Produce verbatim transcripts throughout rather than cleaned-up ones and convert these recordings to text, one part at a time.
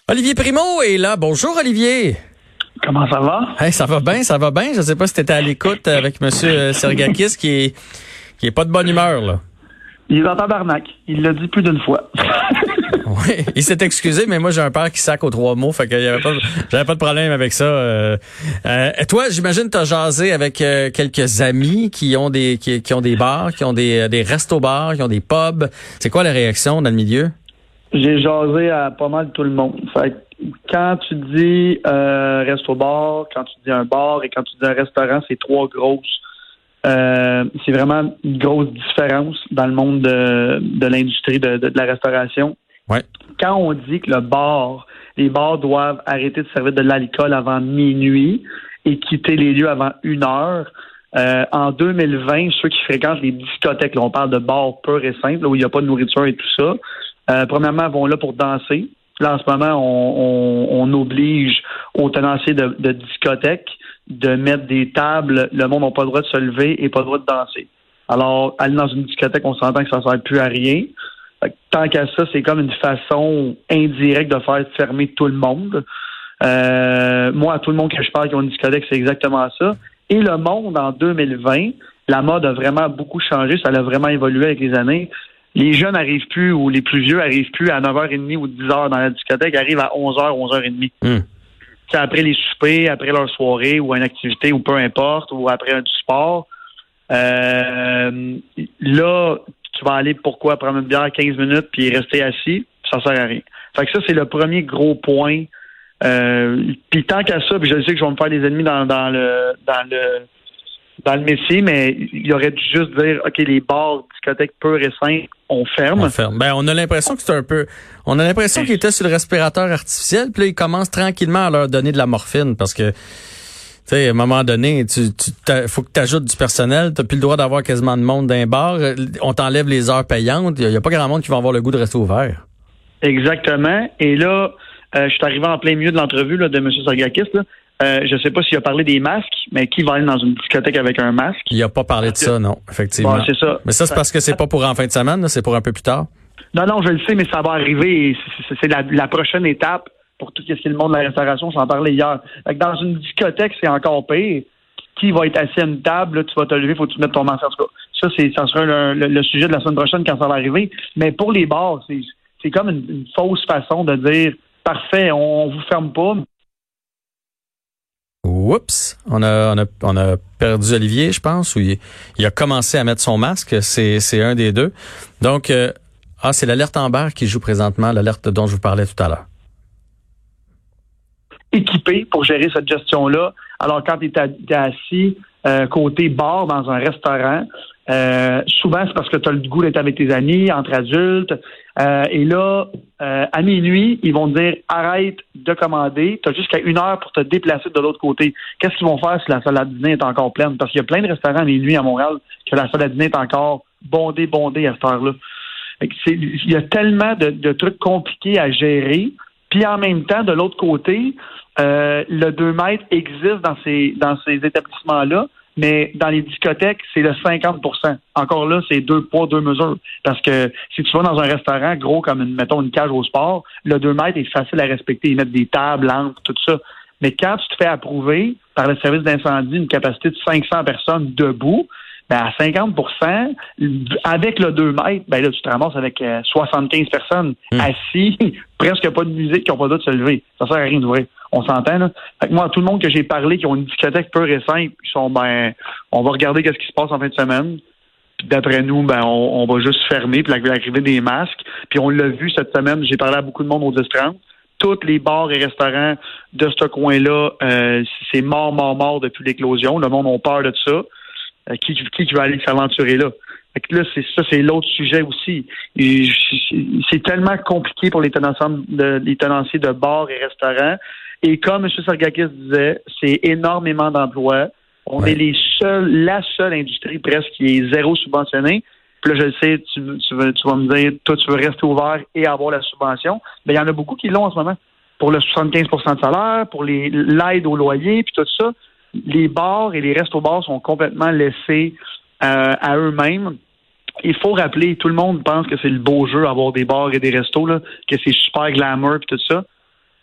Olivier Primo est là. Bonjour, Olivier. Comment ça va? Hey, ça va bien, ça va bien. Je sais pas si tu étais à l'écoute avec M. Sergakis qui est, qui est pas de bonne humeur, là. Il est en tabarnak. Il l'a dit plus d'une fois. Oui, il s'est excusé, mais moi, j'ai un père qui sac aux trois mots, fait que y avait pas, j'avais pas de problème avec ça. Euh, euh, toi, j'imagine t'as jasé avec euh, quelques amis qui ont des qui, qui ont des bars, qui ont des, des restos-bars, qui ont des pubs. C'est quoi la réaction dans le milieu? J'ai jasé à pas mal tout le monde. Fait que quand tu dis euh, resto-bar, quand tu dis un bar et quand tu dis un restaurant, c'est trois grosses. Euh, c'est vraiment une grosse différence dans le monde de, de l'industrie de, de, de la restauration. Ouais. Quand on dit que le bar, les bars doivent arrêter de servir de l'alcool avant minuit et quitter les lieux avant une heure, euh, en deux mille vingt, ceux qui fréquentent les discothèques, là, on parle de bars purs et simples, là, où il n'y a pas de nourriture et tout ça, euh, premièrement, vont là pour danser. Là, en ce moment, on, on, on oblige aux tenanciers de, de discothèques de mettre des tables. Le monde n'a pas le droit de se lever et pas le droit de danser. Alors, aller dans une discothèque, on s'entend que ça ne sert plus à rien. Fait que, tant qu'à ça, c'est comme une façon indirecte de faire fermer tout le monde. Euh, moi, à tout le monde que je parle qui ont une discothèque, c'est exactement ça. Et le monde, en deux mille vingt, la mode a vraiment beaucoup changé. Ça a vraiment évolué avec les années. Les jeunes n'arrivent plus, ou les plus vieux n'arrivent plus à neuf heures trente ou dix heures dans la discothèque, ils arrivent à onze heures, onze heures trente. Mm. C'est après les soupers, après leur soirée, ou une activité, ou peu importe, ou après un du sport. Euh, là, tu vas aller, pourquoi, prendre une bière quinze minutes, puis rester assis, ça sert à rien. Fait que ça, c'est le premier gros point. Euh, puis tant qu'à ça, puis je sais que je vais me faire des ennemis dans, dans le dans le dans le métier, mais il aurait dû juste dire, OK, les bars, discothèques pures et simples, on ferme. On ferme. Ben, on a l'impression que c'est un peu, on a l'impression qu'il était sur le respirateur artificiel, puis là, il commence tranquillement à leur donner de la morphine, parce que, tu sais, à un moment donné, tu, tu faut que tu ajoutes du personnel, t'as plus le droit d'avoir quasiment de monde dans un bar, on t'enlève les heures payantes, il y, y a pas grand monde qui va avoir le goût de rester ouvert. Exactement. Et là, euh, je suis arrivé en plein milieu de l'entrevue là, de M. Sergakis, là. Euh, je sais pas s'il a parlé des masques, mais qui va aller dans une discothèque avec un masque? Il a pas parlé de ça, non, effectivement. Bon, c'est ça. Mais ça, c'est parce que c'est pas pour en fin de semaine, là, c'est pour un peu plus tard. Non, non, je le sais, mais ça va arriver. Et c'est, c'est la, la prochaine étape pour tout ce qui est le monde de la restauration. J'en parlais hier. Fait que dans une discothèque, c'est encore pire. Qui va être assis à une table, là, tu vas te lever, faut que tu mettes ton masque. En tout cas, ça, c'est, ça sera le, le, le sujet de la semaine prochaine quand ça va arriver. Mais pour les bars, c'est, c'est comme une, une fausse façon de dire, parfait, on, on vous ferme pas. Oups, on a, on a, on a perdu Olivier, je pense, ou il, il a commencé à mettre son masque, c'est, c'est un des deux. Donc, euh, ah, c'est l'alerte Amber qui joue présentement, l'alerte dont je vous parlais tout à l'heure. Équipé pour gérer cette gestion-là. Alors, quand tu es assis euh, côté bar dans un restaurant, euh, souvent, c'est parce que tu as le goût d'être avec tes amis, entre adultes. Euh, et là, euh, à minuit, ils vont te dire « Arrête de commander. Tu as jusqu'à une heure pour te déplacer de l'autre côté. » Qu'est-ce qu'ils vont faire si la salle à dîner est encore pleine? Parce qu'il y a plein de restaurants à minuit à Montréal que la salle à dîner est encore bondée, bondée à cette heure-là. C'est, il y a tellement de, de trucs compliqués à gérer. Puis en même temps, de l'autre côté, euh, le deux mètres existe dans ces dans ces établissements-là, mais dans les discothèques, c'est le cinquante pour cent. Encore là, c'est deux poids, deux mesures. Parce que si tu vas dans un restaurant gros comme, une, mettons, une cage au sport, le deux mètres est facile à respecter. Ils mettent des tables, lampes, tout ça. Mais quand tu te fais approuver par le service d'incendie une capacité de cinq cents personnes debout, ben à cinquante pour cent, avec le deux mètres, ben là, tu te ramasses avec euh, soixante-quinze personnes mmh. assis, presque pas de musique, qui n'ont pas le droit de se lever. Ça sert à rien d'ouvrir. On s'entend, là? Fait que moi, tout le monde que j'ai parlé, qui ont une discothèque pure et simple, ils sont, ben, on va regarder qu'est-ce qui se passe en fin de semaine. Puis d'après nous, ben, on, on va juste fermer, puis l'arrivée des masques. Puis on l'a vu cette semaine, j'ai parlé à beaucoup de monde au dix trente. Tous les bars et restaurants de ce coin-là, euh, c'est mort, mort, mort depuis l'éclosion. Le monde a peur de ça. Euh, qui, qui, qui va aller s'aventurer là? Fait que là, c'est ça, c'est l'autre sujet aussi. Et c'est tellement compliqué pour les tenanciers de, les tenanciers de bars et restaurants. Et comme M. Sergakis disait, c'est énormément d'emplois. On ouais. est les seuls, la seule industrie presque qui est zéro subventionnée. Puis là, je le sais, tu, tu, veux, tu vas me dire, toi, tu veux rester ouvert et avoir la subvention. Mais il y en a beaucoup qui l'ont en ce moment. Pour le soixante-quinze pour cent de salaire, pour les l'aide au loyer, puis tout ça. Les bars et les restos-bars sont complètement laissés euh, à eux-mêmes. Il faut rappeler, tout le monde pense que c'est le beau jeu avoir des bars et des restos, là, que c'est super glamour et tout ça.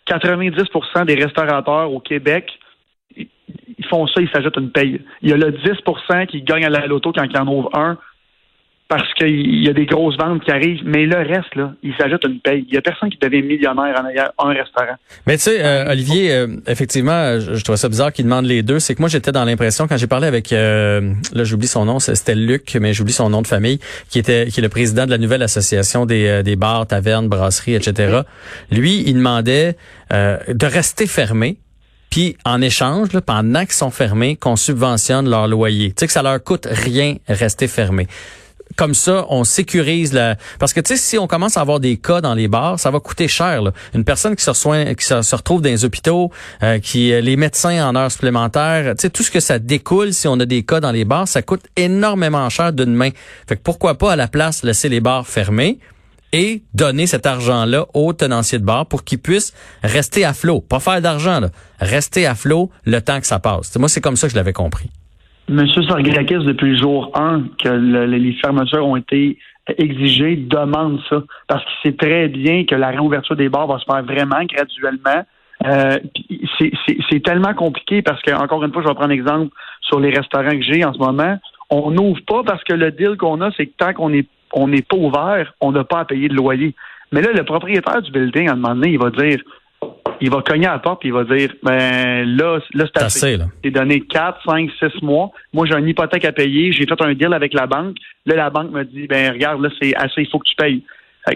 quatre-vingt-dix pour cent des restaurateurs au Québec, ils font ça, ils s'ajoutent une paye. Il y a le dix pour cent qui gagnent à la loto quand ils en ouvrent un, parce qu'il y a des grosses ventes qui arrivent, mais le reste, là, il s'ajoute une paye. Il n'y a personne qui devient millionnaire en ayant un restaurant. Mais tu sais, euh, Olivier, euh, effectivement, je, je trouve ça bizarre qu'il demande les deux. C'est que moi, j'étais dans l'impression, quand j'ai parlé avec, euh, là, j'oublie son nom, c'était Luc, mais j'oublie son nom de famille, qui était qui est le président de la nouvelle association des, euh, des bars, tavernes, brasseries, et cetera. Lui, il demandait euh, de rester fermé. Puis en échange, là, pendant qu'ils sont fermés, qu'on subventionne leur loyer. Tu sais que ça leur coûte rien rester fermé. Comme ça, on sécurise la... Parce que, tu sais, si on commence à avoir des cas dans les bars, ça va coûter cher, là. Une personne qui se, reçoit, qui se, se retrouve dans les hôpitaux, euh, qui les médecins en heures supplémentaires, tu sais, tout ce que ça découle si on a des cas dans les bars, ça coûte énormément cher d'une main. Fait que pourquoi pas, à la place, laisser les bars fermés et donner cet argent-là aux tenanciers de bar pour qu'ils puissent rester à flot. Pas faire d'argent, là. Rester à flot le temps que ça passe. T'sais, moi, c'est comme ça que je l'avais compris. Monsieur Sargakis, depuis le jour un que le, les fermetures ont été exigées, demande ça. Parce qu'il sait très bien que la réouverture des bars va se faire vraiment graduellement. Euh, c'est, c'est, c'est tellement compliqué parce que, encore une fois, je vais prendre un exemple sur les restaurants que j'ai en ce moment. On n'ouvre pas parce que le deal qu'on a, c'est que tant qu'on est on n'est pas ouvert, on n'a pas à payer de loyer. Mais là, le propriétaire du building, à un moment donné, il va dire, il va cogner à la porte et il va dire, ben là, là c'est assez. assez là. C'est donné quatre, cinq, six mois. Moi, j'ai une hypothèque à payer. J'ai fait un deal avec la banque. Là, la banque me dit, ben regarde, là, c'est assez, il faut que tu payes.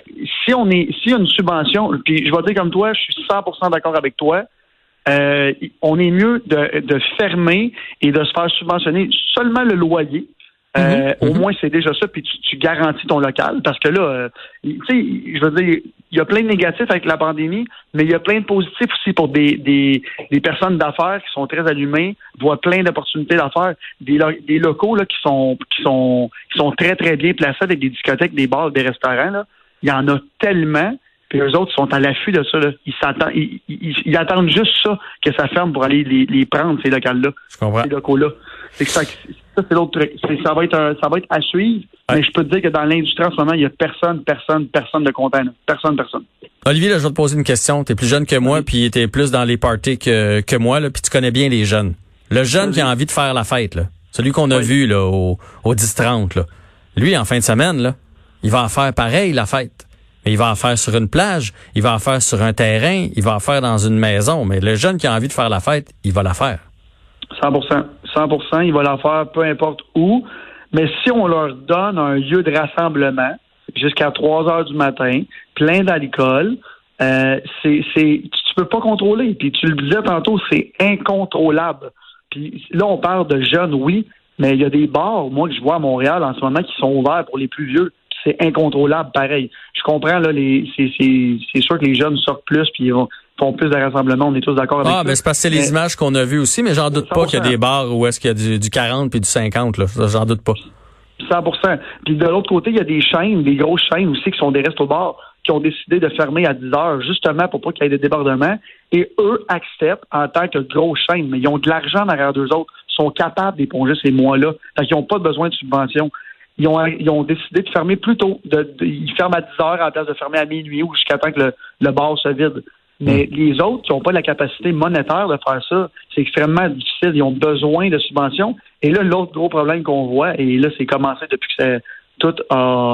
Si on est, s'il y a une subvention, puis je vais dire comme toi, je suis cent pour cent d'accord avec toi, euh, on est mieux de, de fermer et de se faire subventionner seulement le loyer. Euh, mm-hmm. Au moins, c'est déjà ça, puis tu, tu garantis ton local. Parce que là, euh, tu sais, je veux dire, il y a plein de négatifs avec la pandémie, mais il y a plein de positifs aussi pour des, des, des personnes d'affaires qui sont très allumées, voient plein d'opportunités d'affaires. Des, lo- des locaux là, qui sont qui sont qui sont très, très bien placés avec des discothèques, des bars, des restaurants. Là. Il y en a tellement, puis eux autres sont à l'affût de ça. Là. Ils s'attendent, ils, ils, ils attendent juste ça, que ça ferme pour aller les, les prendre, ces locales-là. Je comprends. Ces locaux-là. C'est que ça, ça, c'est l'autre truc. C'est, ça va être un, ça va être à suivre, ouais. Mais je peux te dire que dans l'industrie en ce moment, il y a personne, personne, personne de content. Là. Personne, personne. Olivier, là, je vais te poser une question. T'es plus jeune que moi, oui. Puis t'es plus dans les parties que, que moi, là, puis tu connais bien les jeunes. Le jeune oui. Qui a envie de faire la fête, là, celui qu'on a oui. vu là, au, au dix trente, là, lui, en fin de semaine, là, il va en faire pareil, la fête. Mais il va en faire sur une plage, il va en faire sur un terrain, il va en faire dans une maison. Mais le jeune qui a envie de faire la fête, il va la faire. cent pour cent. cent pour cent, il va la faire peu importe où. Mais si on leur donne un lieu de rassemblement jusqu'à trois heures du matin, plein d'alcool, euh, c'est, c'est, tu peux pas contrôler. Puis tu le disais tantôt, c'est incontrôlable. Puis là, on parle de jeunes, oui, mais il y a des bars, moi, que je vois à Montréal en ce moment, qui sont ouverts pour les plus vieux. C'est incontrôlable, pareil. Je comprends, là, les, c'est, c'est, c'est sûr que les jeunes sortent plus, puis ils vont, font plus de rassemblements, on est tous d'accord avec ça. Ah, mais c'est parce que c'est mais, les images qu'on a vues aussi, mais j'en doute cent pour cent. Pas qu'il y a des bars où est-ce qu'il y a du, du quarante puis du cinquante, là. J'en doute pas. cent pour cent. Puis de l'autre côté, il y a des chaînes, des grosses chaînes aussi qui sont des restos-bars, qui ont décidé de fermer à dix heures, justement pour pas qu'il y ait des débordements. Et eux acceptent en tant que grosses chaînes, mais ils ont de l'argent derrière d'eux autres, sont capables d'éponger ces mois-là. Fait qu'ils n'ont pas besoin de subventions. Ils ont, ils ont décidé de fermer plus tôt. De, de, ils ferment à dix heures en place de fermer à minuit ou jusqu'à temps que le, le bar se vide. Mais mmh. les autres qui n'ont pas la capacité monétaire de faire ça, c'est extrêmement difficile. Ils ont besoin de subventions. Et là, l'autre gros problème qu'on voit, et là, c'est commencé depuis que ça, tout a,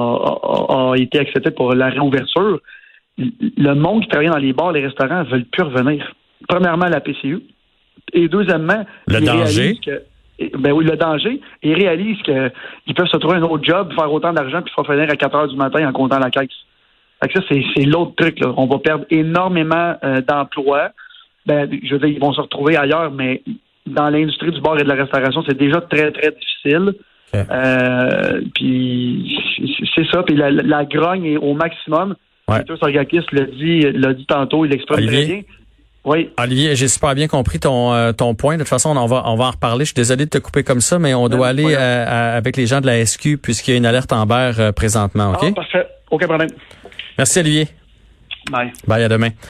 a, a été accepté pour la réouverture, le monde qui travaille dans les bars, les restaurants, ne veulent plus revenir. Premièrement, la P C U. Et deuxièmement, le danger. Que, ben oui, le danger. Ils réalisent qu'ils peuvent se trouver un autre job, faire autant d'argent, puis faire finir à quatre heures du matin en comptant la caisse. Fait que ça, c'est, c'est l'autre truc, là. On va perdre énormément euh, d'emplois. Ben, je veux dire, ils vont se retrouver ailleurs, mais dans l'industrie du bar et de la restauration, c'est déjà très, très difficile. Okay. Euh, puis c'est ça. Puis la, la grogne est au maximum. Ouais. Peter Sargakis l'a dit, l'a dit tantôt, il l'exprime Olivier. Très bien. Oui. Olivier, j'ai super bien compris ton euh, ton point. De toute façon, on va on va en reparler. Je suis désolé de te couper comme ça, mais on doit ouais, aller euh, à, avec les gens de la S Q puisqu'il y a une alerte Amber euh, présentement. OK? Ah, parfait. Aucun problème. Merci, Olivier. Bye. Bye, à demain.